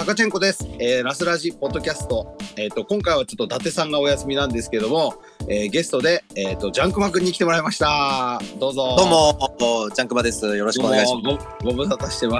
赤チェンコです。ラスラジポッドキャスト。今回はちょっと伊達さんがお休みなんですけども、ゲストで、ジャンクマくんに来てもらいました。どうぞ。 どうも、ジャンクマです。よろしくお願いします。 ご無沙汰してます。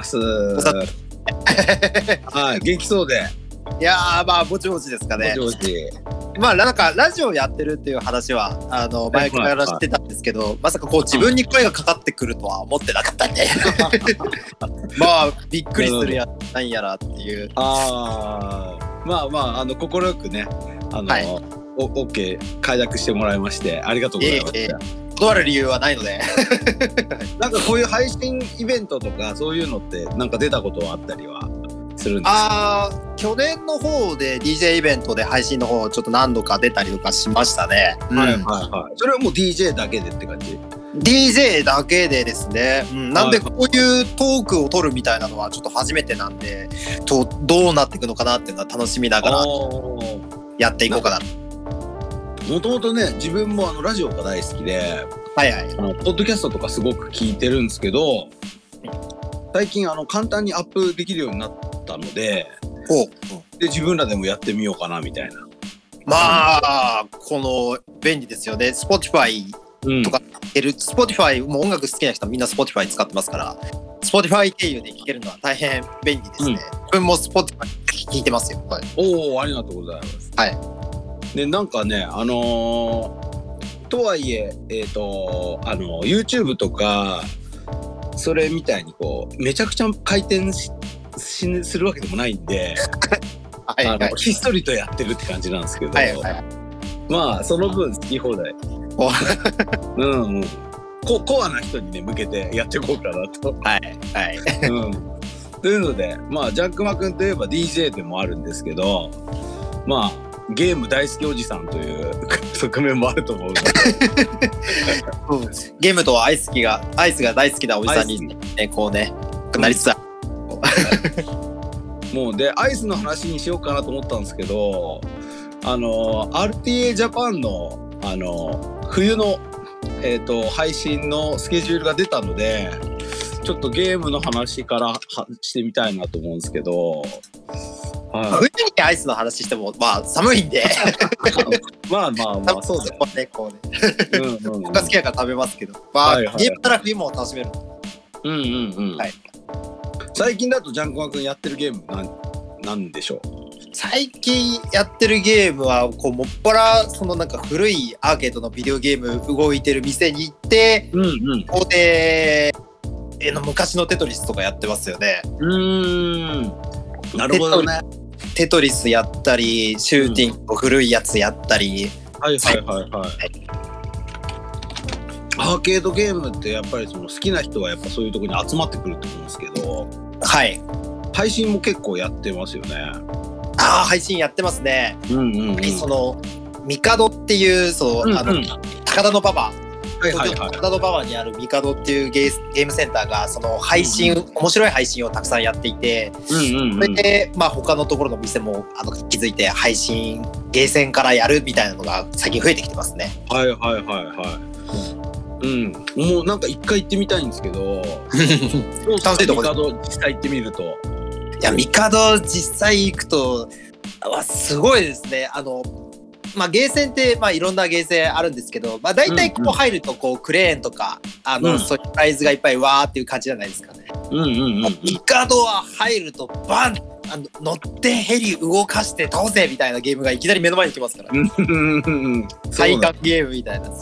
はい、元気そうで。 いやー、まあ、ぼちぼちですかね。 ぼちぼち。 まあ、なんか、ラジオやってるっていう話は、前から知ってたんですけど、まさかこう、自分に声がかかってくるとは思ってなかったんで。まあ、びっくりするやなんやらっていう。 まあ、快くね、 はい、 OK、快諾してもらいまして、ありがとうございます。 断る理由はないので。 なんかこういう配信イベントとか、そういうのって、なんか出たことはあったりはするんですか？ 去年の方で DJ イベントで配信の方ちょっと何度か出たりとかしましたね。 はいはいはい。それはもう DJ だけでって感じ ？DJ だけでですね。なんでこういうトークを取るみたいなのはちょっと初めてなんで、どうなっていくのかなっていうのは楽しみながらやっていこうかな。 もともとね、自分もラジオが大好きで、 はいはい。 ポッドキャストとかすごく聞いてるんですけど、最近簡単にアップできるようになったので、で自分らでもやってみようかなみたいな。 まあ、この便利ですよね。Spotify とかSpotify も音楽好きな人はみんな Spotify 使ってますから、Spotify 経由で聴けるのは大変便利ですね。自分も Spotify 聴いてますよ。はい、 おー、ありがとうございます。 はい。 でなんかね、とはいえYouTube とかそれみたいにこうめちゃくちゃ回転するわけでもないんではいはい、ひっそりとやってるって感じなんですけど、はいはい、まあその分好き放題コアな人にね向けてやっていこうかなとはいはい、というのでまあジャンクマくんといえば DJ でもあるんですけど、まあゲーム大好きおじさんという側面もあると思うのでゲームとアイスが大好きなおじさんに、ね、こうねなりつつあるもうでアイスの話にしようかなと思ったんですけどRTA ジャパンの冬の、配信のスケジュールが出たのでちょっとゲームの話からしてみたいなと思うんですけど、 冬にアイスの話してもまあ寒いんでまあそうだよね。 こうね僕が好きだから食べますけど、まあ、ゲームから冬も楽しめる。 はい。最近だとジャンクマくんやってるゲームなんでしょう？ 最近やってるゲームはこうもっぱらそのなんか古いアーケードのビデオゲーム動いてる店に行って、ここで昔のテトリスとかやってますよね。 なるほどね。 テトリスやったりシューティング古いやつやったり、 はいアーケードゲームってやっぱりその好きな人はやっぱそういうところに集まってくると思うんですけど、はい配信も結構やってますよね。 配信やってますね。そのミカドっていう高田馬場高田馬場にあるミカドっていうゲームセンターがその配信、面白い配信をたくさんやっていて、それでまあ他のところの店も気づいて配信ゲーセンからやるみたいなのが最近増えてきてますね。 もうなんか一回行ってみたいんですけど楽しいとこでミカド実際行ってみると、 いやミカド実際行くとすごいですね。まあ、ゲーセンって、まあ、いろんなゲーセンあるんですけど、まあ、大体こう入るとこうクレーンとかそういうプライズがいっぱいわーっていう感じじゃないですかね。ミカドは入るとバン乗ってヘリ動かして倒せみたいなゲームがいきなり目の前に来ますから体感ゲームみたいな。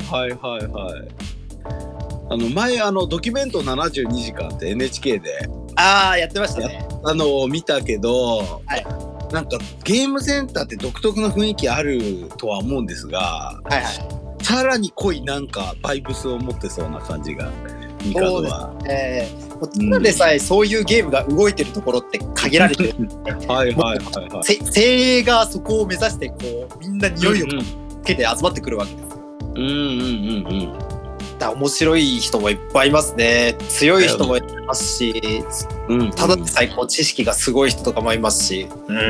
前ドキュメント72時間って NHK でやってましたね。 見たけど、なんかゲームセンターって独特の雰囲気あるとは思うんですが、さらに濃いなんかバイブスを持ってそうな感じがミカドは。 ただでさえそういうゲームが動いてるところって限られてる精鋭がそこを目指してこうみんな匂いをつけて集まってくるわけですよ。面白い人もいっぱいいますね。強い人もいますし、ただでさえこう知識がすごい人とかもいますし。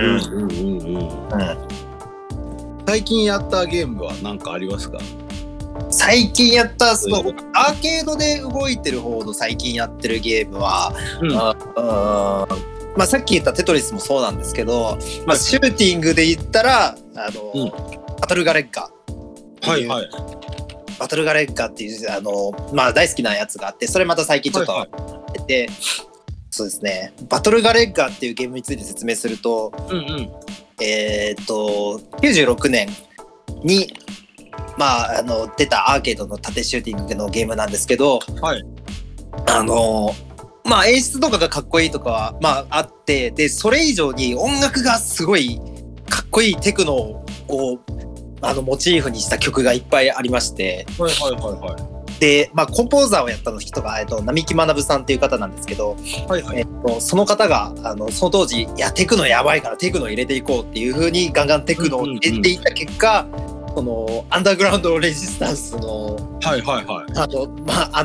最近やったゲームは何かありますか？ 最近やったアーケードで動いてる方の最近やってるゲームは、 まあさっき言ったテトリスもそうなんですけど、まあシューティングで言ったらバトルガレッガー。 はいはい。 バトルガレッガーっていうまあ大好きなやつがあって、それまた最近ちょっと出て、そうですね。バトルガレッガーっていうゲームについて説明すると、96年にまあ出たアーケードの縦シューティングのゲームなんですけど、 はい。 まあ演出とかがかっこいいとかはまああって、でそれ以上に音楽がすごいかっこいいテクノをモチーフにした曲がいっぱいありまして、 はいはいはいはい。 で、まあ、コンポーザーをやったの人が並木学さんっていう方なんですけど、 はいはい。 その方がその当時いやテクノやばいからテクノ入れていこうっていう風にガンガンテクノを入れていった結果、そのアンダーグラウンドレジスタンスのはいはいはい。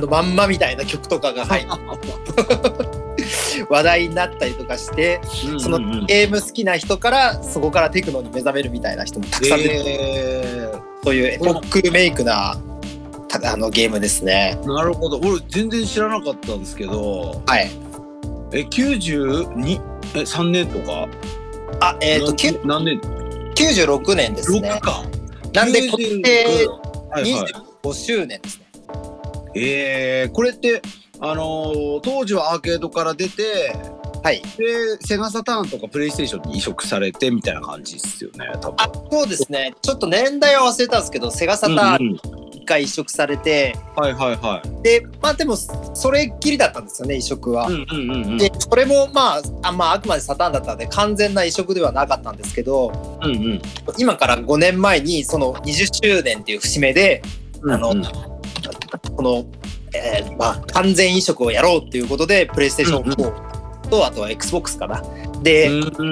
まんまみたいな曲とかが入って話題になったりとかして、そのゲーム好きな人からそこからテクノに目覚めるみたいな人もたくさん出て、そういうエポックメイクなゲームですね。 なるほど。俺全然知らなかったんですけど。 はい。 92、3年とか。何年 ？96年ですね。 6か。 なんで今年25周年ですね。これって当時はアーケードから出て、 はい。 でセガサターンとかプレイステーションに移植されてみたいな感じですよね。多分。 そうですね。ちょっと年代は忘れたんですけど、セガサターン一回移植されて、 はいはいはい。 でまあでもそれっきりだったんですよね、移植は。でそれもまああくまでサターンだったので完全な移植ではなかったんですけど、今から5年前にその20周年っていう節目で、このまあ完全移植をやろうっていうことでプレイステーション4とあとは XBOX かなで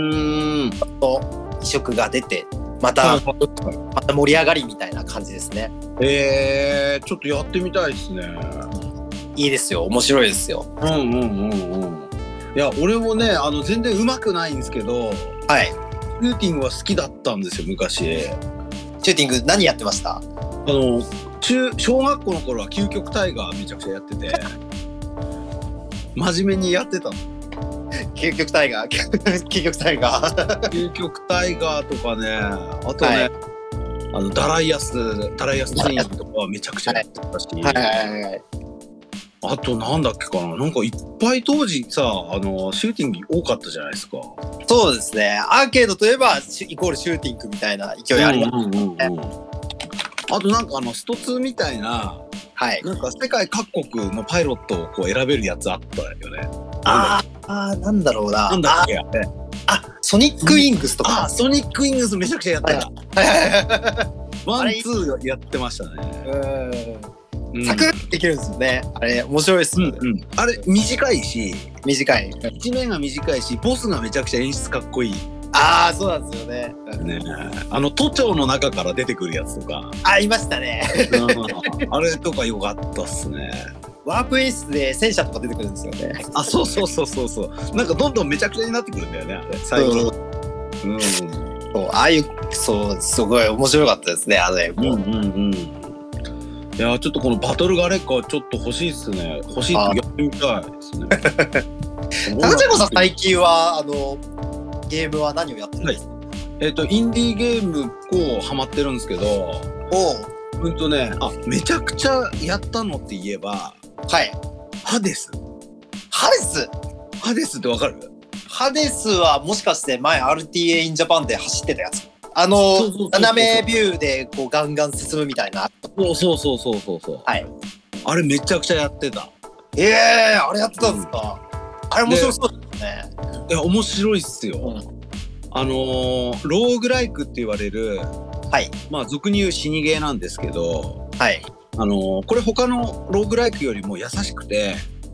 移植が出てまた盛り上がりみたいな感じですね。 ちょっとやってみたいですね。 いいですよ、面白いですよ。 いや俺もね全然上手くないんですけど、 はい、 シューティングは好きだったんですよ昔。シューティング何やってました？ 小学校の頃は究極タイガーめちゃくちゃやってて真面目にやってたの。 究極タイガー究極タイガー究極タイガーとかね、あとね、ダライアスツインとかはめちゃくちゃやってたし、あとなんだっけかな、なんかいっぱい当時さシューティング多かったじゃないですか。 そうですね、アーケードといえばイコールシューティングみたいな勢いありますね。 あとなんかスト2みたいな、なんか世界各国のパイロットをこう選べるやつあったよね。 なんだろうな。 なんだっけソニックウィングスとか。 ソニックウィングスめちゃくちゃやってた。ワンツーやってましたね。 サクッできるんですよね。あれ面白いですよね。 あれ短いし、 1 年が短いし、ボスがめちゃくちゃ演出かっこいい。 そうなんですよね。 都庁の中から出てくるやつとか。 いましたね。 あれとか良かったっすね。 ワープ演出で戦車とか出てくるんですよね。 そう。なんかどんどんめちゃくちゃになってくるんだよね、あれ。最近。 すごい面白かったですね、 いやちょっとこのバトルガレッカーちょっと欲しいっすね。欲しいってやってみたいですね。 高島さん最近はゲームは何をやってるんですか？ インディーゲームこうハマってるんですけど、めちゃくちゃやったのって言えば、ハデスってわかる？ハデスはもしかして前 RTA in Japan で走ってたやつ？斜めビューでこうガンガン進むみたいな。 そう。あれめちゃくちゃやってた。 あれやってたんですか？あれ面白そうですね。 いや面白いっすよ。ローグライクって言われる、まあ俗に言う死にゲーなんですけど、これ他のローグライクよりも優しくて、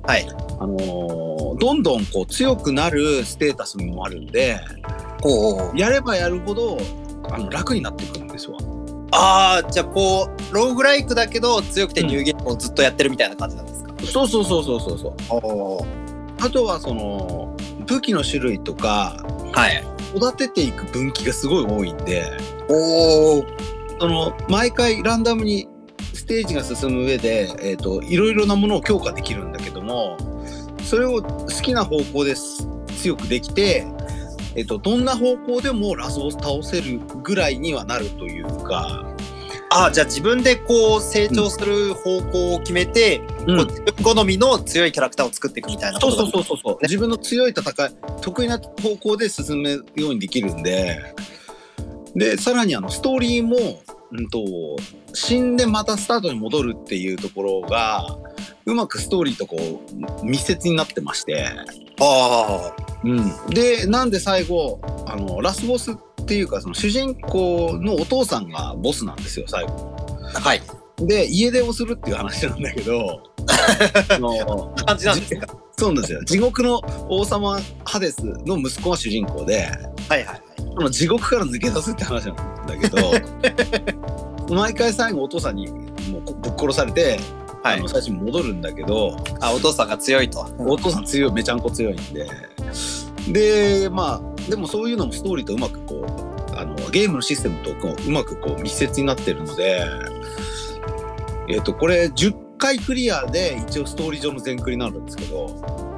どんどんこう強くなるステータスもあるんで、やればやるほど楽になってくるんですわ。 じゃあこうローグライクだけど強くてニューゲームをずっとやってるみたいな感じなんですか？ そう。あとはその武器の種類とか、育てていく分岐がすごい多いんで、その毎回ランダムにステージが進む上で、いろいろなものを強化できるんだけども、それを好きな方向で強くできて、どんな方向でもラスボス倒せるぐらいにはなるというか。 じゃあ自分でこう成長する方向を決めて、こう自分好みの強いキャラクターを作っていくみたいなことそう、自分の強い戦い、得意な方向で進めるようにできるんで、さらにストーリーも、死んでまたスタートに戻るっていうところがうまくストーリーとこう密接になってまして、でなんで最後ラスボスっていうかその主人公のお父さんがボスなんですよ最後。 はい。 で家出をするっていう話なんだけど感じなんですか。 そうなんですよ。地獄の王様ハデスの息子が主人公で、地獄から抜け出すって話なんだけど毎回最後お父さんにもうぶっ殺されて、最初に戻るんだけど、 お父さんが強いと。 お父さん強い、めちゃんこ強いんで、でもそういうのもストーリーとうまくこうゲームのシステムとこううまくこう密接になってるので、これ10回クリアで一応ストーリー上の全クリになるんですけど、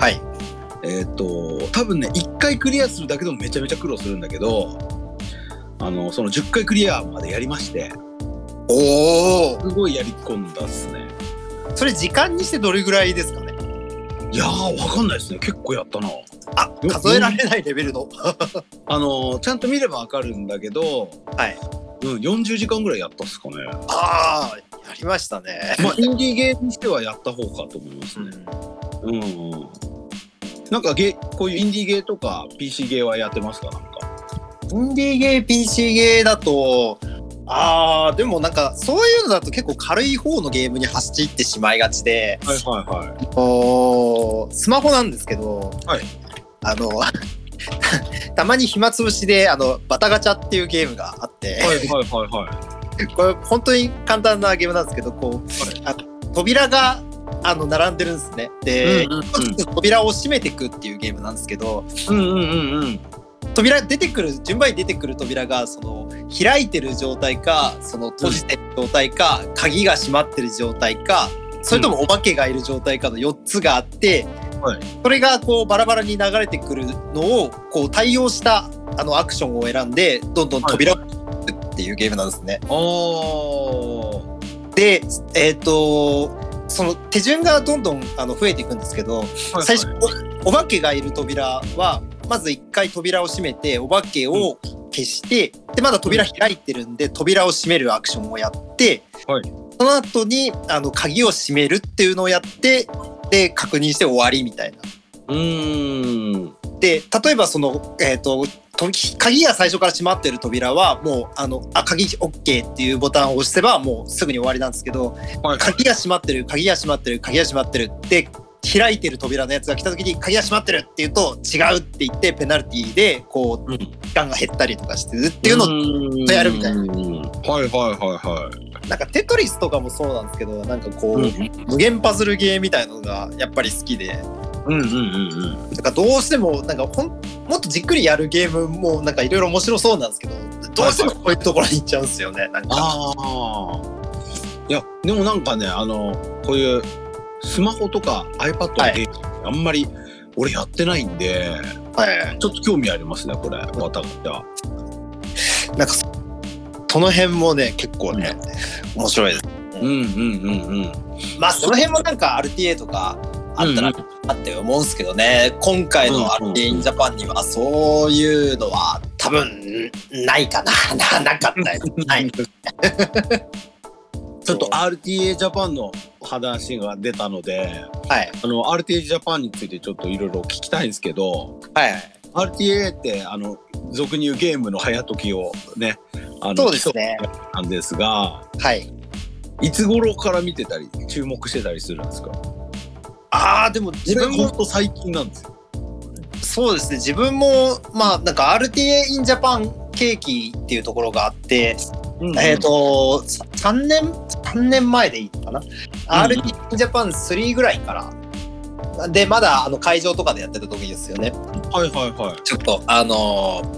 多分ね1回クリアするだけでもめちゃめちゃ苦労するんだけど、その10回クリアまでやりまして、すごいやり込んだっすね。 それ時間にしてどれぐらいですかね。 いやーわかんないですね。結構やったな。 数えられないレベルのちゃんと見ればわかるんだけど、40時間ぐらいやったっすかね。 やりましたね。 インディーゲーにしてはやった方かと思いますね。なんかこういうインディーゲーとか PC ゲーはやってますか？なんかインディーゲー PC ゲーだとでもなんかそういうのだと結構軽い方のゲームに走ってしまいがちで、スマホなんですけど、たまに暇つぶしでバタガチャっていうゲームがあって、これ本当に簡単なゲームなんですけど、こう、扉が並んでるんですね。で、扉を閉めていくっていうゲームなんですけど、扉出てくる順番に出てくる扉がその開いてる状態か、その閉じてる状態か、鍵が閉まってる状態か、それともお化けがいる状態かの4つがあって、それがこうバラバラに流れてくるのをこう対応したアクションを選んでどんどん扉を開くっていうゲームなんですね。で、その手順がどんどん増えていくんですけど、最初お化けがいる扉はまず1回扉を閉めてお化けを消して、でまだ扉開いてるんで扉を閉めるアクションをやって、その後に鍵を閉めるっていうのをやってで確認して終わりみたいな。で例えばその鍵が最初から閉まってる扉はもう鍵 OK っていうボタンを押せばもうすぐに終わりなんですけど、鍵が閉まってる鍵が閉まってる鍵が閉まってるって開いてる扉のやつが来た時に鍵が閉まってるって言うと違うって言ってペナルティーでこう時間が減ったりとかしてるっていうのをやるみたいな。なんかテトリスとかもそうなんですけど、なんかこう無限パズルゲーみたいなのがやっぱり好きで、だからどうしてもなんかもっとじっくりやるゲームもなんかいろいろ面白そうなんですけど、どうしてもこういうところに行っちゃうんですよね。なんかいやでもなんかねこういうスマホとか iPad のゲームあんまり俺やってないんで、ちょっと興味ありますねこれ。私はなんかその辺もね結構ね、面白いです。まあその辺もなんか RTA とかあったらあって思うんですけどね、今回の RTA in Japan にはそういうのは多分ないかな。なかったです。ないちょっと RTA Japan の話が出たので、RTA Japan についてちょっといろいろ聞きたいんですけど、RTA って俗に言うゲームの早時をね、 そうですね。 なんですが、いつ頃から見てたり注目してたりするんですか？ でも自分もほんと最近なんですよ。 そうですね。自分もまあなんか RTA in Japan 契機っていうところがあって、3年前でいいのかな、RTA in Japan 3ぐらいからで、まだ会場とかでやってた時ですよね。ちょっと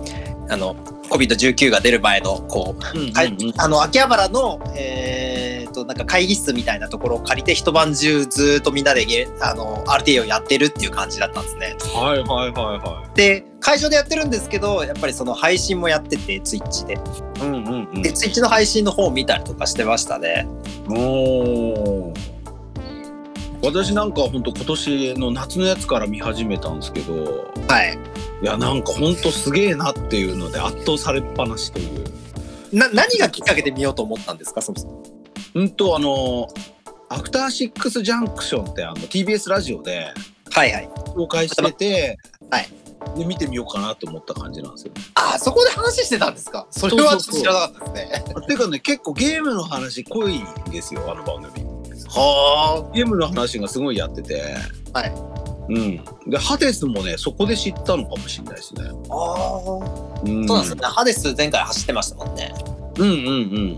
COVID-19 が出る前のこう、秋葉原のなんか会議室みたいなところを借りて一晩中ずっとみんなでRTA をやってるっていう感じだったんですね。 はいはいはいはで会場でやってるんですけど、やっぱりその配信もやっててツイッチで、 い。うんうんうん。 でツイッチの配信の方を見たりとかしてましたね。 おー。私なんか本当今年の夏のやつから見始めたんですけど、 はい。 いやなんか本当すげえなっていうので圧倒されっぱなしという。 何がきっかけで見ようと思ったんですか、そもそも。 アフターシックスジャンクションってTBS ラジオではいはい。 紹介してて、 はい。 で見てみようかなと思った感じなんですよね。 あ、そこで話してたんですか。それはちょっと知らなかったですね。 っていうかね、結構ゲームの話濃いんですよ、あの番組。 はゲームの話がすごいやってて、 あ。はい。 うん。で、ハデスもね、そこで知ったのかもしれないですね。 ああ。 うん、 そうなんですよね。ハデス前回走ってましたもんね。 うんうんうん。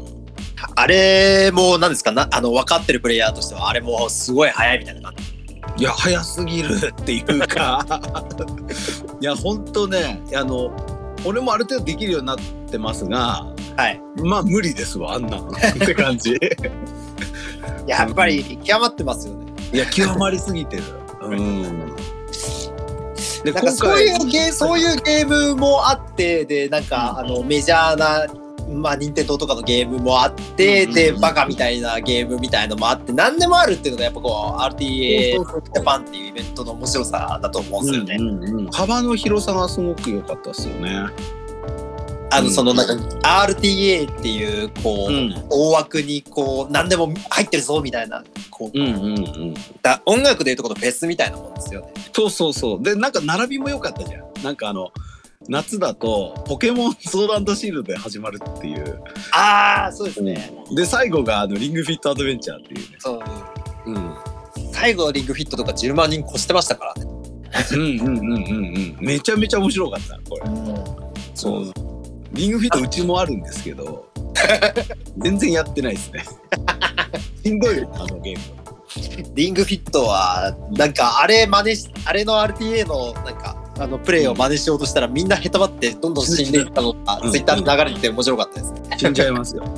あれも何ですか、分かってるプレイヤーとしてはあれもすごい速いみたいな感じ。 いや、早すぎるっていうか、いや、ほんとね、俺もある程度できるようになってますが、 はい。 まあ無理ですわ、あんなのって感じ。 やっぱり極まってますよね。 いや、極まりすぎてる。うん。で、 なんかそういうゲームもあって、でなんか、メジャーな任天堂とかのゲームもあって、でバカみたいなゲームみたいのもあって、何でもあるっていうのがやっぱこう RTA ジャパンっていうイベントの面白さだと思うんですよね。 幅の広さがすごく良かったですよね。 そのなんか RTA っていうこう、大枠にこう何でも入ってるぞみたいなこう、音楽でいうとこのフェスみたいなもんですよね。 そうそうそう。でなんか並びも良かったじゃん。なんか夏だとポケモンソード&シールドで始まるっていう。 ああ、そうですね。 で最後がリングフィットアドベンチャーっていうね。 そう。最後のリングフィットとか10万人越してましたからね。 めちゃめちゃ面白かったこれ。そう。リングフィットうちもあるんですけど、全然やってないですね。しんどいよゲーム。 リングフィットはなんかあれの RTA のなんかプレイを真似しようとしたらみんなへたばってどんどん死んでいったのがツイッターで流れてて面白かったですね。 死んじゃいますよ。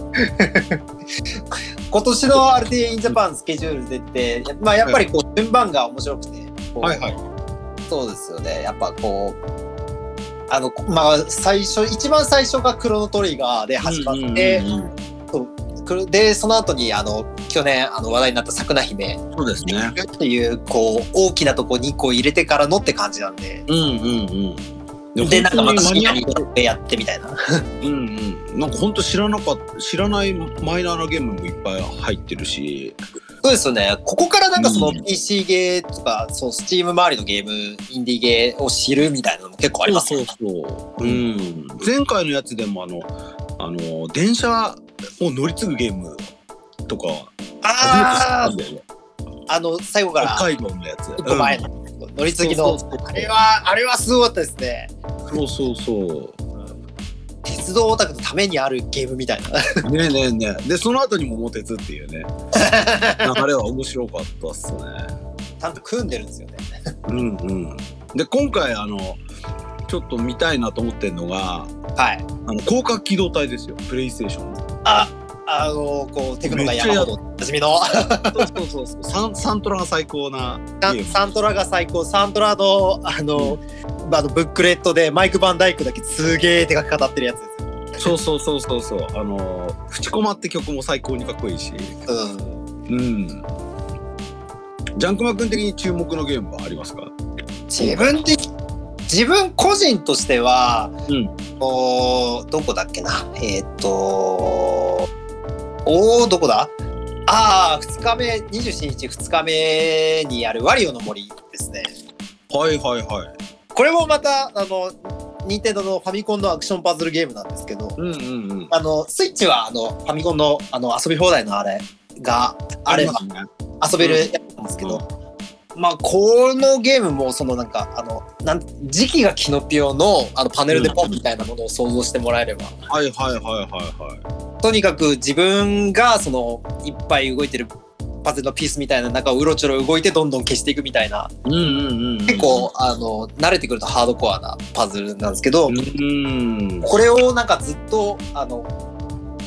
今年の RTA in Japan スケジュール出て、まあやっぱりこう順番が面白くて、 はいはい。 そうですよね。やっぱこうまあ一番最初がクロノトリガーで始まって、でその後に去年話題になったさくな姫、 そうですね。 っていうこう大きなとこ2個入れてからのって感じなんで。でなんかまた深夜にやってみたいな。 なんか本当知らないマイナーなゲームもいっぱい入ってるし。 そうですよね。ここからなんかその PC ゲーとか、そうスチーム周りのゲーム、インディーゲーを知るみたいなのも結構ありますよね。 前回のやつでも電車を乗り継ぐゲームとか初めて知ったんだよね。 最後から北海道のやつ。 1個前の乗り継ぎのあれはすごかったですね。 そう。 鉄道オタクのためにあるゲームみたいな。 ね。でその後に桃鉄っていうね。あれは面白かったっすね。 ちゃんと組んでるんですよね。 で今回ちょっと見たいなと思ってるのが、広角機動隊ですよ。プレイステーションの。 こうテクノが山ほどおなじみの。 そう。サントラが最高なゲーム。 サントラが最高。サントラのブックレットでマイク・バンダイクだけすげー手が語ってるやつですよ。 そう。フチコマって曲も最高にかっこいいし。ジャンクマ君的に注目のゲームはありますか？ 自分個人としては、どこだっけな、どこだ？2日目、27日2日目にあるワリオの森ですね。 はい。 これもまた任天堂のファミコンのアクションパズルゲームなんですけど、スイッチはファミコンの遊び放題のあれがあれば遊べるやつなんですけど、まあこのゲームもそのなんか時期がキノピオのパネルでポンみたいなものを想像してもらえれば、とにかく自分がそのいっぱい動いてるパズルのピースみたいな中をうろちょろ動いてどんどん消していくみたいな、結構慣れてくるとハードコアなパズルなんですけど、これをなんかずっと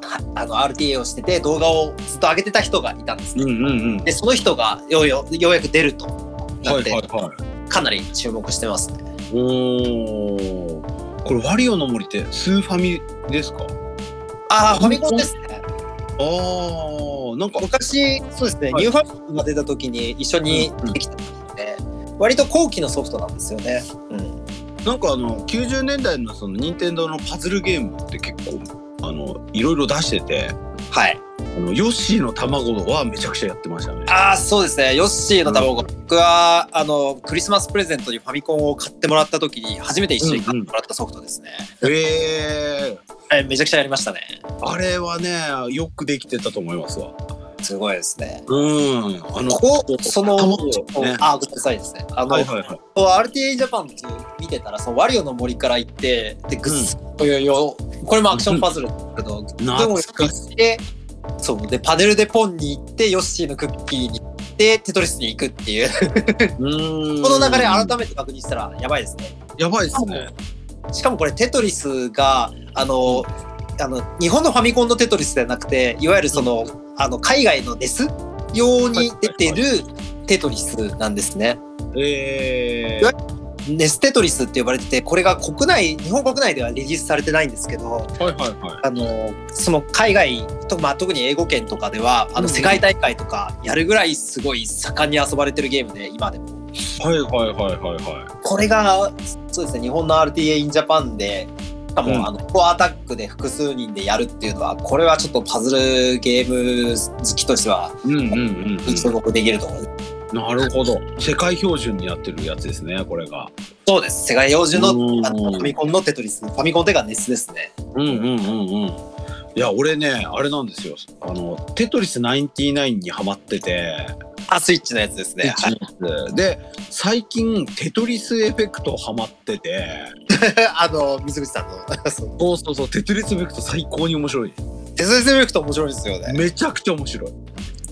RTA をしてて動画をずっと上げてた人がいたんですね。 うんうんうん。 でその人がようやく出るとなって、 はいはいはい。 かなり注目してますね。 おー。これワリオの森ってスーファミですか？ ファミコンですね。 なんか昔そうですね、 はい、 ニューファミコンが出た時に一緒にできたので、割と後期のソフトなんですよね。 なんか90年代のその任天堂のパズルゲームって結構いろいろ出してて、 はい。 ヨッシーの卵はめちゃくちゃやってましたね。 そうですね。ヨッシーの卵、僕はクリスマスプレゼントにファミコンを買ってもらった時に初めて一緒に買ってもらったソフトですね。めちゃくちゃやりましたね。 あれはね、よくできてたと思いますわ。 すごいですね。 そのごめんなさいですね。RTA ジャパン見てたら、そのワリオの森から行って、でこれもアクションパズルだけど、でもそうでパネルでポンに行ってヨッシーのクッキーに行ってテトリスに行くっていうこの流れ改めて確認したらやばいですね。 やばいですね。 しかもこれテトリスが日本のファミコンのテトリスじゃなくて、いわゆるその海外のNES用に出てるテトリスなんですね。NESテトリスって呼ばれてて、これが日本国内ではリリースされてないんですけど、その海外特に英語圏とかでは世界大会とかやるぐらいすごい盛んに遊ばれてるゲームで、今でも。これがそうですね、日本の RTA in Japan でしかもコアアタックで複数人でやるっていうのは、これはちょっとパズルゲーム好きとしては注目できると思います。 なるほど。世界標準になってるやつですね、これが。 そうです。世界標準のファミコンのテトリス。ファミコンっていうかNESですね。 いや、俺ね、あれなんですよ。テトリス99にハマってて。 スイッチのやつですね。 で、最近テトリスエフェクトハマってて。 水口さんの。そう、テトリスエフェクト最高に面白い。 テトリスエフェクト面白いですよね。 めちゃくちゃ面白い。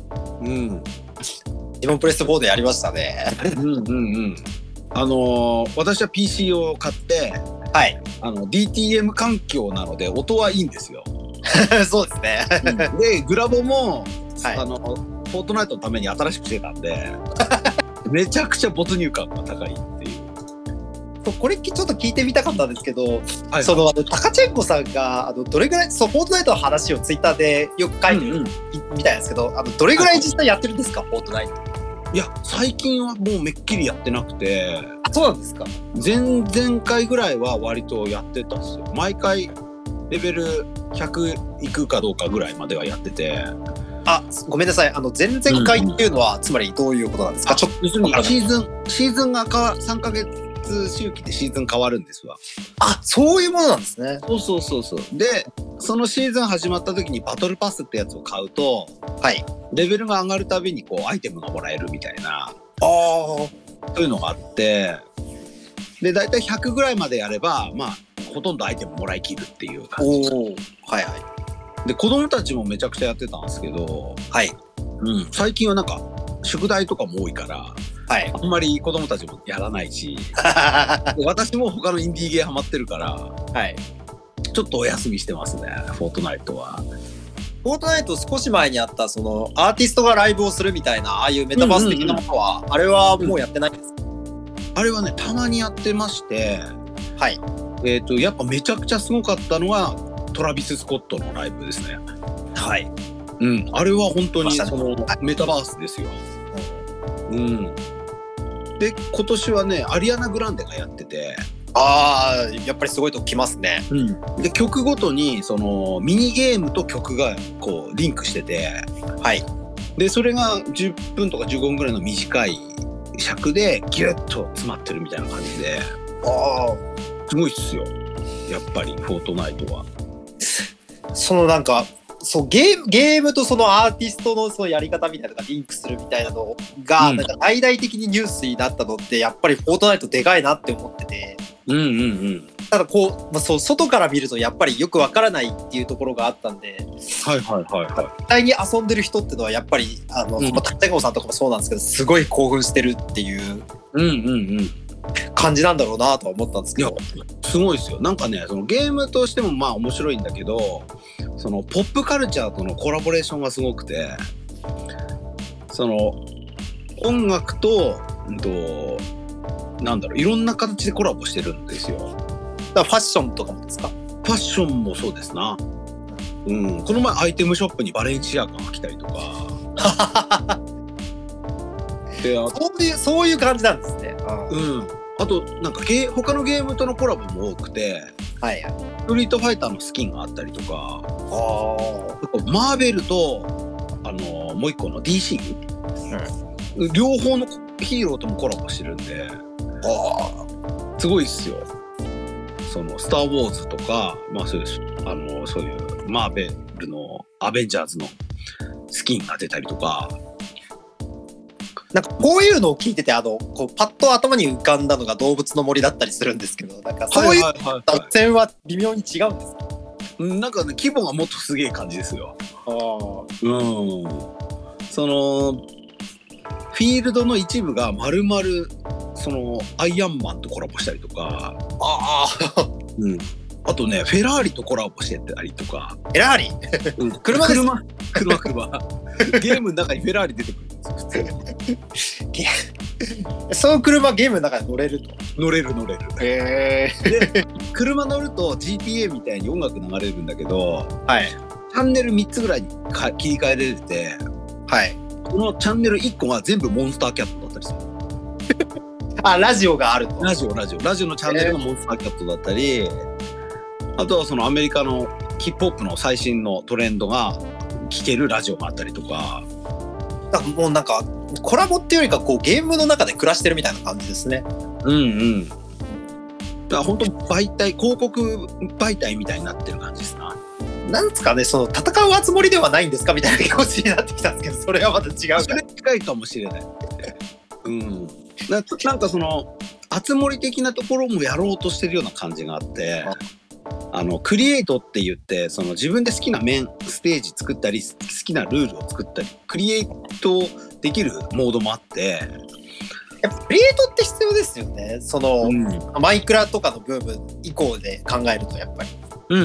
自分プレステ4でやりましたね。 私は PC を買って、DTM 環境なので音はいいんですよ。 そうですね。 でグラボも、フォートナイトのために新しくしてたんでめちゃくちゃ没入感が高いっていう。 これちょっと聞いてみたかったんですけど、タカチェンコさんがどれぐらいフォートナイトの話をツイッターでよく書いてるみたいですけど、どれぐらい実際やってるんですか、フォートナイト。 いや、最近はもうめっきりやってなくて。 そうなんですか。 前々回ぐらいは割とやってたっすよ。毎回レベル100いくかどうかぐらいまではやってて。 ごめんなさい。前々回っていうのは、つまりどういうことなんですか。 要するにシーズンが3ヶ月周期でシーズン変わるんですわ。 そういうものなんですね。 そうで、そのシーズン始まった時にバトルパスってやつを買うと、レベルが上がるたびにアイテムがもらえるみたいな、そういうのがあって、で大体100ぐらいまでやればほとんどアイテムもらいきるっていう感じ。で子供たちもめちゃくちゃやってたんですけど、最近はなんか宿題とかも多いから、あんまり子供たちもやらないし私も他のインディーゲーハマってるから、ちょっとお休みしてますね、フォートナイトは。 フォートナイト少し前にあったそのアーティストがライブをするみたいな、ああいうメタバース的なものは、あれはもうやってないんですか。 あれはね、たまにやってまして、やっぱめちゃくちゃすごかったのはトラビス・スコットのライブですね。あれは本当にそのメタバースですよ。で今年はね、アリアナ・グランデがやってて、 やっぱりすごいとこ来ますね。 で曲ごとにそのミニゲームと曲がリンクしてて、でそれが10分とか15分ぐらいの短い尺でギュッと詰まってるみたいな感じで、すごいっすよ、やっぱりフォートナイトは。 なんかゲームとそのアーティストのそのやり方みたいなのがリンクするみたいなのが、なんか大々的にニュースになったのって、やっぱりフォートナイトでかいなって思ってて。ただ外から見るとやっぱりよくわからないっていうところがあったんで、実際に遊んでる人っていうのはやっぱりタッチャゴさんとかもそうなんですけど、すごい興奮してるっていう感じなんだろうなとは思ったんですけど。 すごいですよ。なんかね、そのゲームとしても面白いんだけど、 そのポップカルチャーとのコラボレーションがすごくて、その音楽と、なんだろう、いろんな形でコラボしてるんですよ。 だからファッションとかもですか？ ファッションもそうですな。うん、この前アイテムショップにバレンシアガが来たりとかで、 そういう感じなんですね。 うん、あとなんか他のゲームとのコラボも多くて、 はいはい。 ストリートファイターのスキンがあったりとか、マーベルともう一個の DC、両方のヒーローともコラボしてるんで、すごいっすよ。そのスター・ウォーズとか、まあそういうマーベルのアベンジャーズのスキンが出たりとか。 なんかこういうのを聞いててこうパッと頭に浮かんだのが動物の森だったりするんですけど、なんかそういう脱線は微妙に違うんですか？ なんかね、規模がもっとすげえ感じですよ。そのフィールドの一部が丸々そのアイアンマンとコラボしたりとか、あとねフェラーリとコラボしてたりとか。 フェラーリ？車です。 車ゲームの中にフェラーリ出てくるんですよ、普通に。 その車ゲームの中に乗れると？乗れる。 で、車乗ると GTA みたいに音楽流れるんだけど、 はい、 チャンネル3つぐらいに切り替えれて、 はい、 このチャンネル1個が全部モンスターキャットだったりする。 ラジオがあると。 ラジオのチャンネルがモンスターキャットだったり、あとはそのアメリカのヒップホップの最新のトレンドが聴けるラジオがあったりとか。 だからもうなんかコラボっていうよりかこうゲームの中で暮らしてるみたいな感じですね。だから本当広告媒体みたいになってる感じですな。 なんですかね、その戦うつもりではないんですかみたいな気持ちになってきたんですけど、それはまた違うから。それ近いかもしれない。なんかその熱盛的なところもやろうとしてるような感じがあって、クリエイトって言って、その自分で好きなステージ作ったり好きなルールを作ったりクリエイトできるモードもあって、 やっぱクリエイトって必要ですよね。その、マイクラとかのブーム以降で考えるとやっぱり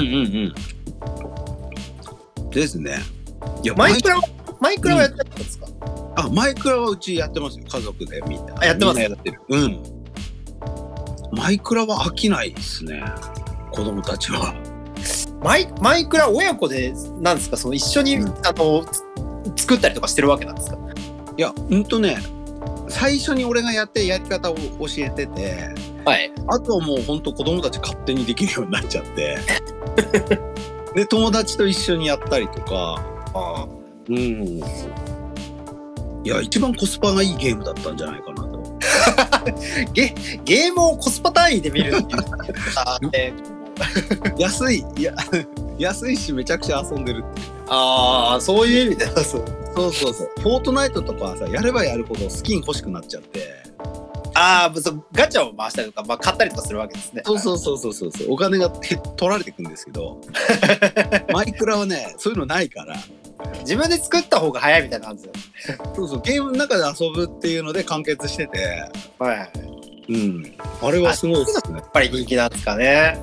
ですね。いや、 マイクラはやってたんですか？ マイクラはうちやってますよ、家族でみんな。 やってます。 みんなやってる。マイクラは飽きないですね、子供たちは。 マイクラ親子でなんですか、その一緒に、作ったりとかしてるわけなんですか？ いや、最初に俺がやり方を教えてて、 はい、 あとはもう本当子供たち勝手にできるようになっちゃってで友達と一緒にやったりとか。いや、一番コスパがいいゲームだったんじゃないかなとゲームをコスパ単位で見るっていう安いしめちゃくちゃ遊んでるっていう。 そういう意味ではそう。フォートナイトとかはさ、やればやるほどスキン欲しくなっちゃって、 ガチャを回したりとか、買ったりとかするわけですね。 そうお金が取られていくんですけどマイクラはね、そういうのないから自分で作った方が早いみたいな感じだ。 ゲームの中で遊ぶっていうので完結してて、 あれはすごいですね。 やっぱり人気なんですかね。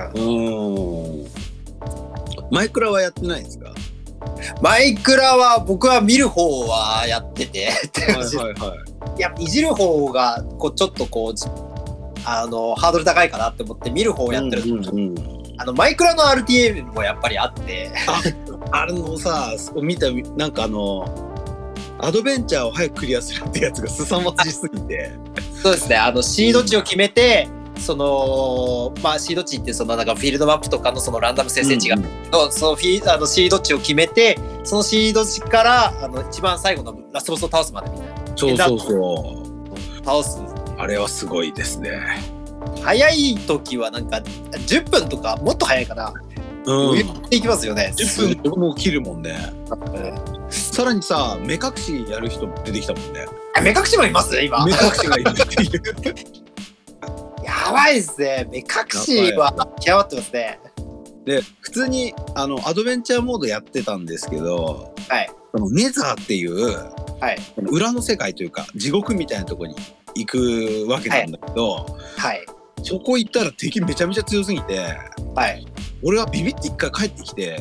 マイクラはやってないんですか？ マイクラは僕は見る方はやってていや、いじる方がちょっとハードル高いかなって思って見る方をやってると、マイクラの RTA もやっぱりあって、 あれのさ、見た、なんかアドベンチャーを早くクリアするってやつが凄まじすぎてそうですね、シード値を決めて、シード値ってなんかフィールドマップとかのそのランダム生成値が、そのシード値を決めて、そのシード値から一番最後のラストボスを倒すまでみたいな。倒す。あれはすごいですね。 早い時はなんか10分とかもっと早いかな。上っていきますよね。 10分もう切るもんね。さらにさ、目隠しやる人も出てきたもんね。 目隠しもいます今。 目隠しがいるっていうやばいですね。目隠しは極まってますね。 で、普通にアドベンチャーモードやってたんですけど、ネザーっていう、裏の世界というか地獄みたいなところに行くわけなんだけど、そこ行ったら敵めちゃめちゃ強すぎて、俺はビビって一回帰ってきて、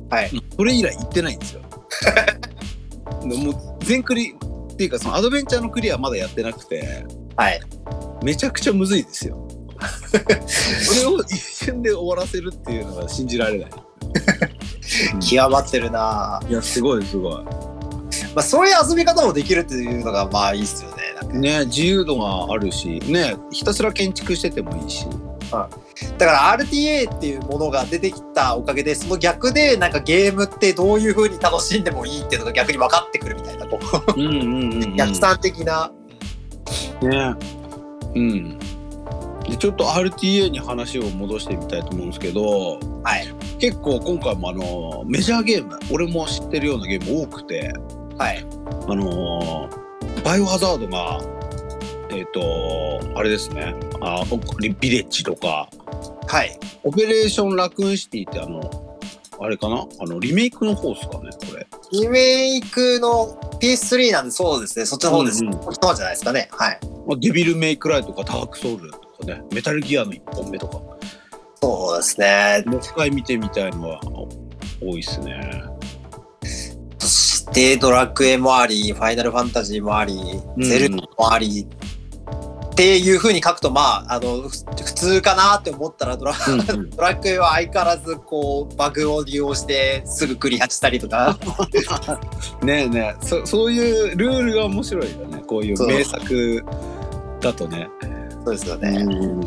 はい。 それ以来行ってないんですよ。もう全クリっていうか、そのアドベンチャーのクリアまだやってなくて、 はい。 めちゃくちゃむずいですよ。それを一瞬で終わらせるっていうのが信じられない。 極まってるな。 いや、すごいすごい。 まあそういう遊び方もできるっていうのがまあいいっすよね。 ね、自由度があるし、ね、ひたすら建築しててもいいし。 だから RTA っていうものが出てきたおかげで、その逆でなんかゲームってどういう風に楽しんでもいいっていうのが逆に分かってくるみたいな、こう逆算的な。 ね。うん。でちょっと RTA に話を戻してみたいと思うんですけど、 はい、 結構今回もメジャーゲーム、俺も知ってるようなゲーム多くて、 はい、 バイオハザードがあれですね、ビレッジとか、 はい、 オペレーションラクーンシティってあれかな、リメイクの方ですかね、これ。 リメイクの PS3 なんで、そうですね、そっちの方です。そっちの方じゃないですかね。はい。 デビルメイクライとかダークソウルとかね、メタルギアの1本目とか。 そうですね。 もう一回見てみたいのは多いですね。 そしてドラクエもあり、ファイナルファンタジーもあり、ゼルダもありっていう風に書くと、まあ普通かなって思ったらドラクエは相変わらずこうバグを利用してすぐクリアしたりとかねえねえ、そういうルールが面白いよね。こういう名作だとね。 そうですよね。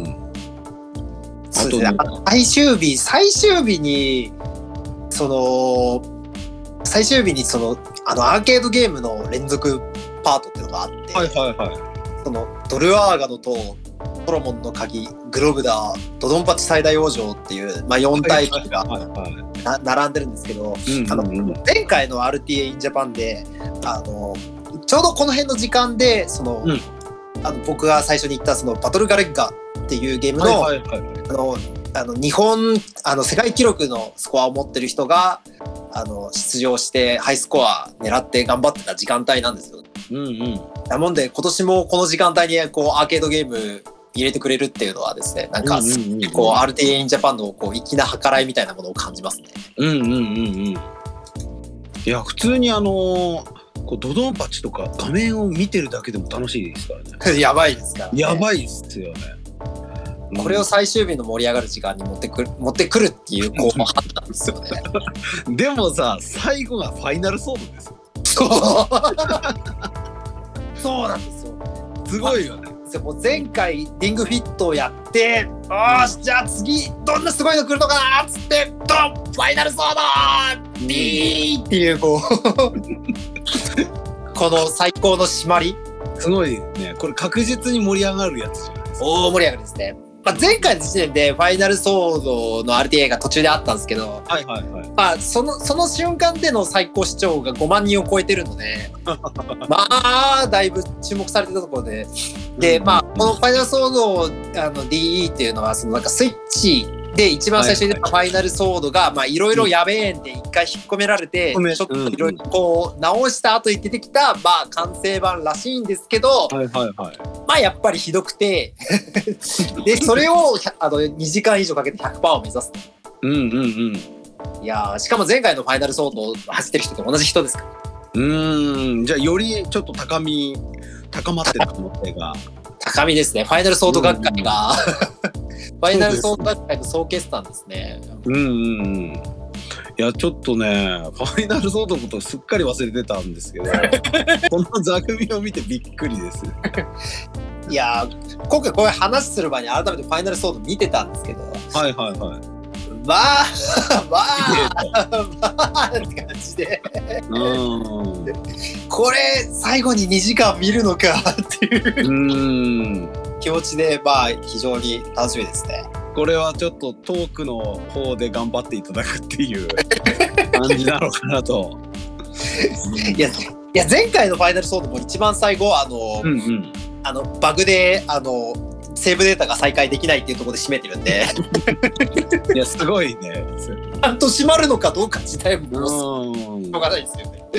あとね、 最終日にアーケードゲームの連続パートっていうのがあって、 はいはいはい、 そのドルアーガノとソロモンの鍵、グロブダー、ドドンパチ最大王女っていう、まあ、4タイプが並んでるんですけど、前回の RTA in Japan でちょうどこの辺の時間で僕が最初に言ったそのバトルガレッガっていうゲームの、日本世界記録のスコアを持ってる人が出場してハイスコア狙って頑張ってた時間帯なんですよ。なもんで今年もこの時間帯にこうアーケードゲーム入れてくれるっていうのはですね、なんかこう RTA in Japan のこう粋な計らいみたいなものを感じますね。 いや普通にこうドドンパチとか画面を見てるだけでも楽しいですからね。やばいですからね。やばいっすよね。 これを最終日の盛り上がる時間に持ってくるっていうこう判断ですよね。 でもさ、最後がファイナルソードですよ。 そうなんですよ。 すごいよね。 もう前回リングフィットをやって、よしじゃあ次どんなすごいの来るのかなっつってドンファイナルソードビーっていうこの最高の締まり。 すごいね。これ確実に盛り上がるやつじゃないですか。 大盛り上がりですね。まあ、前回の時点でファイナルソードの RTA が途中であったんですけど、まあ、その瞬間での最高視聴が5万人を超えてるのでまあだいぶ注目されてたところで、まあこのファイナルソードDE っていうのはなんかスイッチで一番最初に出たファイナルソードがいろいろやべえんで一回引っ込められて、ちょっといろいろこう直した後に出てきた完成版らしいんですけど、まあやっぱりひどくてでそれを2時間以上かけて 100% を目指す。いやしかも前回のファイナルソードを走ってる人と同じ人ですから。 じゃあよりちょっと高まってる可能性が高みですね。ファイナルソード学会がファイナルソード学会の総決算ですね。 いやちょっとねファイナルソードのことをすっかり忘れてたんですけどこの座組を見てびっくりです。 いや今回こういう話する前に改めてファイナルソード見てたんですけど、まあって感じでこれ最後に2時間見るのかっていう気持ちで非常に楽しみですね。 これはちょっとトークの方で頑張っていただくっていう感じなのかなと。 いや前回のファイナルソードも一番最後バグでセーブデータが再開できないっていうところで締めてるんでいやすごいね。 ちゃんと閉まるのかどうか自体もしょうがないですよね。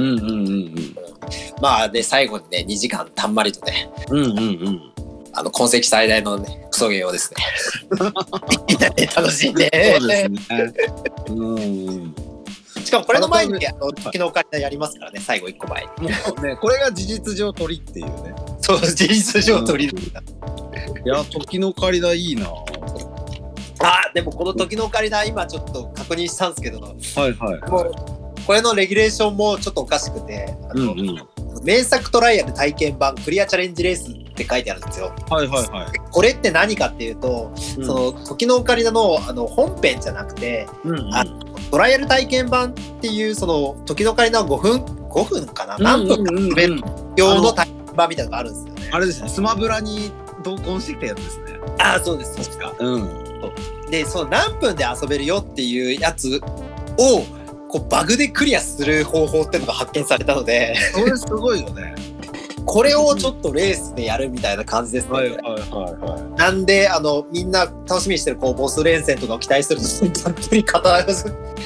まあで最後にね2時間たんまりとね今世紀最大のねクソゲーをですね楽しんで。 かもこれの前に時のオカリナやりますからね、最後1個前に。 もうね、これが事実上鳥っていうね。 そう、事実上鳥。 いや、時のオカリナいいな。 でもこの時のオカリナ今ちょっと確認したんですけど、 はいはい。 もうこれのレギュレーションもちょっとおかしくて、名作トライアル体験版クリアチャレンジレースって書いてあるんですよ。 はいはいはい。 これって何かっていうと、その時のオカリナの本編じゃなくて、トライアル体験版っていうその時のオカリナ5分かな、何分か用の体験版みたいなのがあるんですよね。 あれですね、スマブラに同梱してきたやつですね。 そうです、確か。で、その何分で遊べるよっていうやつをこうバグでクリアする方法っていうのが発見されたので、 それすごいよね。 これをちょっとレースでやるみたいな感じですね。なんでみんな楽しみにしてるこうボス連戦とかを期待すると本当に刀って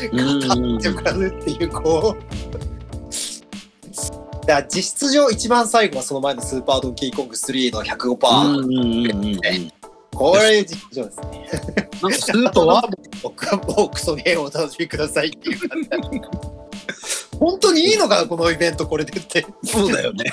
いうこう。だから実質上一番最後はその前のスーパードンキーコング3の 105%。これ実情ですね。なんかスーパーは僕はもうクソゲーをお楽しみくださいっていう感じ。本当にいいのかなこのイベントこれでって。 そうだよね。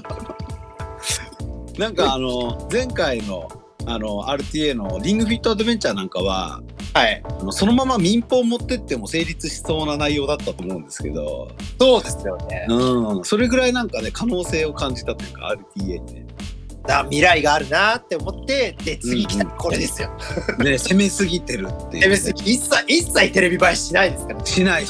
なんか前回のRTA のリングフィットアドベンチャーなんかは、そのまま民放持ってっても成立しそうな内容だったと思うんですけど。 そうですよね。 それぐらいなんかね可能性を感じたというか RTA にね。 未来があるなって思ってで次来たこれですよ。 ね、攻めすぎてるっていう、 攻めすぎ一切テレビ映えしないですからね。 しない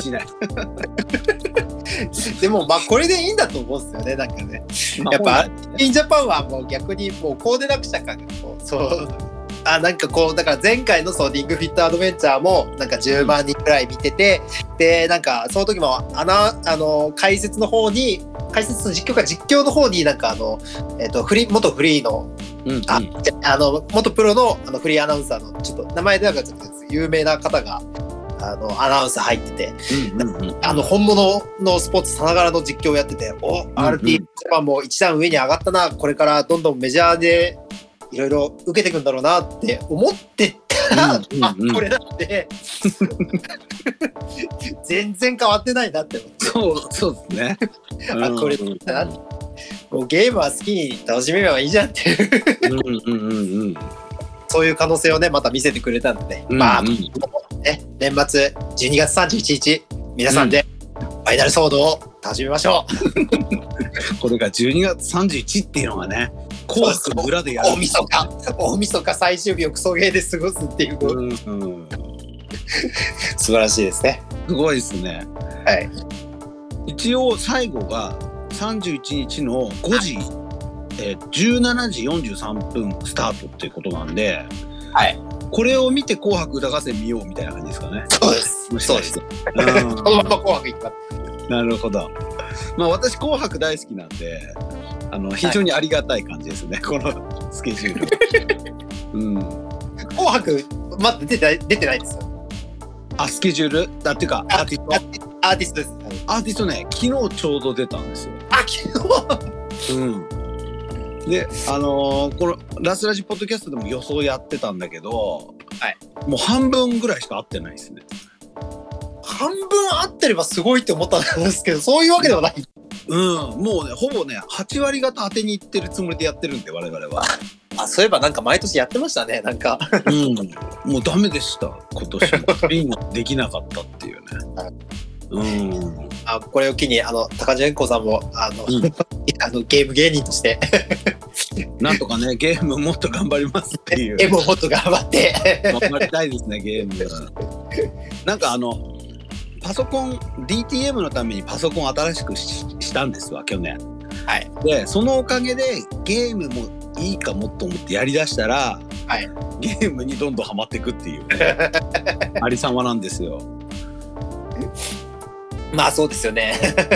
でもこれでいいんだと思うんですよね。なんかね、やっぱインジャパンはもう逆にもうこうでなくちゃ感がこうなんかこうだから前回のリングフィットアドベンチャーもなんか10万人くらい見てて、でなんかその時も解説の方に実況の方になんか元フリーの、元プロのフリーアナウンサーのちょっと名前でなんかちょっと有名な方がアナウンサー入ってて、本物のスポーツさながらの実況をやってて、RT ジャパンも一段上に上がったな、これからどんどんメジャーでいろいろ受けていくんだろうなって思ってたら、これだって全然変わってないなって思って。 そうですね。 これだな、ゲームは好きに楽しめればいいじゃんっていうそういう可能性をねまた見せてくれたんでね、年末12月31日皆さんでファイナルソードを楽しみましょう。これが12月31っていうのがね、紅白の裏でやる大晦日最終日をクソゲーで過ごすっていう、素晴らしいですね。 すごいですね。一応最後が31日の5時、17時43分スタートっていうことなんで、これを見て紅白歌合戦見ようみたいな感じですかね。 そうです。そうです。このまま紅白いった。 なるほど。私紅白大好きなんで、非常にありがたい感じですね、このスケジュール。 紅白まだ出てないですよ。 スケジュールだっていうかアーティストです。 アーティストね、昨日ちょうど出たんですよ。 昨日。 でこのラスラジポッドキャストでも予想やってたんだけど、もう半分ぐらいしか合ってないですね。 半分合ってればすごいって思ったんですけど、そういうわけではない。 もうねほぼね8割方当てにいってるつもりでやってるんで我々は。 そういえばなんか毎年やってましたね。なんかもうダメでした今年。ビンもできなかったっていうね。 これを機に高地健さんもゲーム芸人としてなんとかねゲームもっと頑張りますっていう。 もっと頑張って頑張りたいですねゲーム。なんかパソコン DTM のためにパソコン新しくしたんですわ去年。でそのおかげでゲームもいいかもと思ってやりだしたら、ゲームにどんどんハマっていくっていう、ね、ありさまなんですよ。 そうですよね。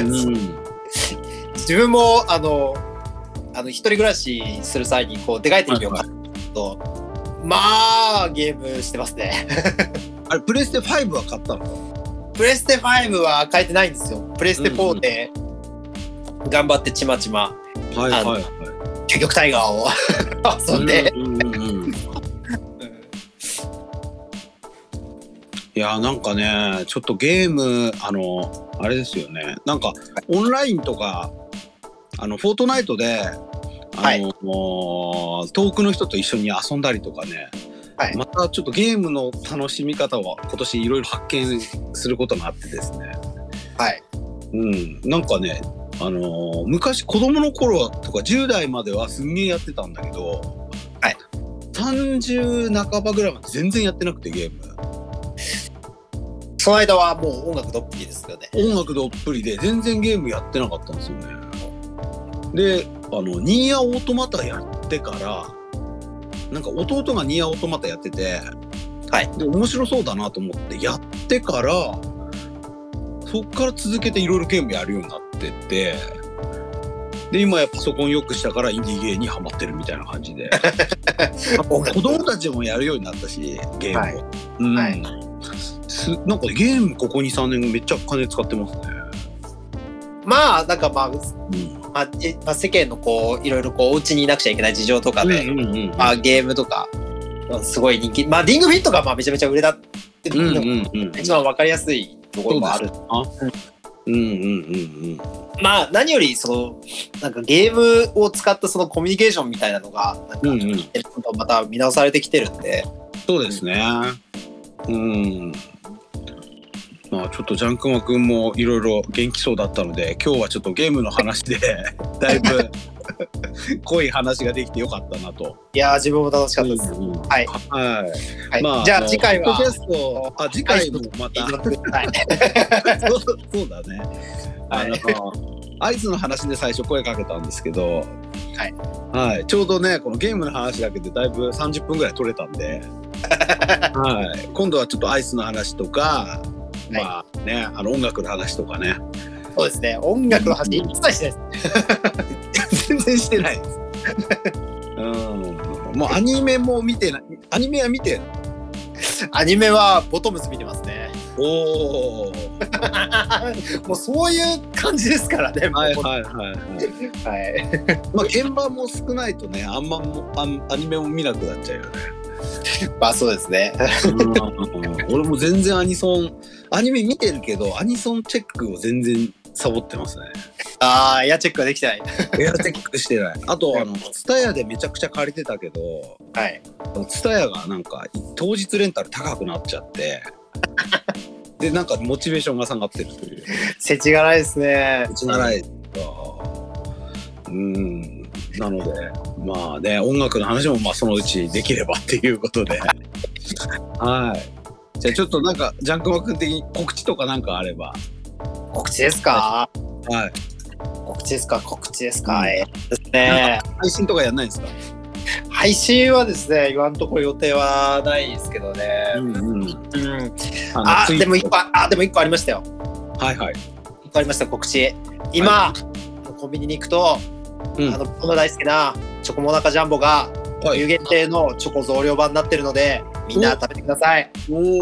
自分も一人暮らしする際にでかいテレビを買ったと、ゲームしてますね。 あれプレステ5は買ったの？ プレステ5は買えてないんですよ。プレステ4で頑張ってちまちま究極タイガーを遊んで。 いやなんかねちょっとゲームあれですよね、なんかオンラインとかフォートナイトで遠くの人と一緒に遊んだりとかね、はい、またちょっとゲームの楽しみ方は今年いろいろ発見することがあってですね、 はい、 なんかね昔子供の頃とか10代まではすんげえやってたんだけど、 はい、 30半ばぐらいまで全然やってなくてゲーム。 その間はもう音楽どっぷりですよね。 音楽どっぷりで全然ゲームやってなかったんですよね。でニーアオートマタやってからなんか弟がニーアオートマタやってて、 はい、 で面白そうだなと思ってやってからそっから続けていろいろゲームやるようになってって、で今やパソコンよくしたからインディーゲーにハマってるみたいな感じで子供たちもやるようになったしゲームを、はい、なんかゲームここ 2,3 年めっちゃ金使ってますね。 まあなんか世間のこういろいろこうお家にいなくちゃいけない事情とかで、ゲームとかすごい人気、リングフィットがめちゃめちゃ売れたっていうのが一番分かりやすいところもある。まあ何よりなんかゲームを使ったそのコミュニケーションみたいなのがなんかまた見直されてきてるんで。 そうですね。まあちょっとジャンクマくんもいろいろ元気そうだったので今日はちょっとゲームの話でだいぶ濃い話ができてよかったなと。 いや自分も楽しかったです。はいはい。まあじゃあ次回は次回もまたそうだね。アイスの話で最初声かけたんですけど、はい、ちょうどねこのゲームの話だけでだいぶ30分ぐらい取れたんで、はい、今度はちょっとアイスの話とか。まあね、音楽の話とかね。 そうですね。音楽の話一切してないです。 全然してないです。もうアニメも見てない。アニメは見てる。 アニメはボトムズ見てますね。 おお。 もうそういう感じですからね。 はい。まあ現場も少ないとね、あんまアニメも見なくなっちゃうよね。 まあそうですね。 俺も全然アニメ見てるけどアニソンチェックを全然サボってますね。 エアチェックはできてない。 エアチェックしてない。あとTSUTAYAでめちゃくちゃ借りてたけど、 はい。 TSUTAYAがなんか当日レンタル高くなっちゃってでなんかモチベーションが下がってるという。 世知辛いですね。 世知辛い。なのでまあね音楽の話もまあそのうちできればっていうことではい。じゃあちょっとなんかジャンクマくん的に告知とかなんかあれば。 告知ですか。 はい。 告知ですか。ですね。 配信とかやんないんですか。 配信はですね今のところ予定はないですけどね。でも一個ありましたよ。 はい。 一個ありました告知。今、コンビニに行くと。僕の大好きなチョコモナカジャンボが冬限定のチョコ増量版になってるのでみんな食べてください。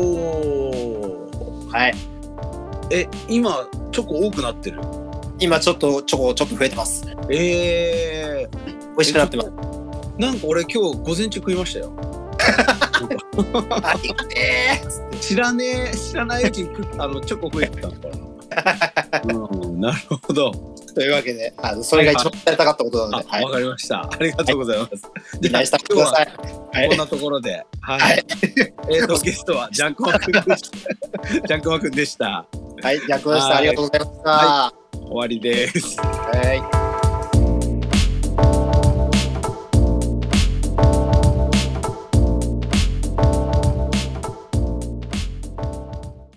はい。今チョコ多くなってる。今ちょっとチョコ増えてます。美味しくなってます。 なんか俺今日午前中食いましたよ。知らないうちにチョコ増えてたのかな。なるほど。 というわけで、それが一番伝えたかったことなので。 わかりました。ありがとうございます。 じゃあ、今日はこんなところで、はい。ゲストはジャンクマくんでした。ジャンクマくんでした。 はい、ジャンクマでした。ありがとうございました。 終わりです。 はい。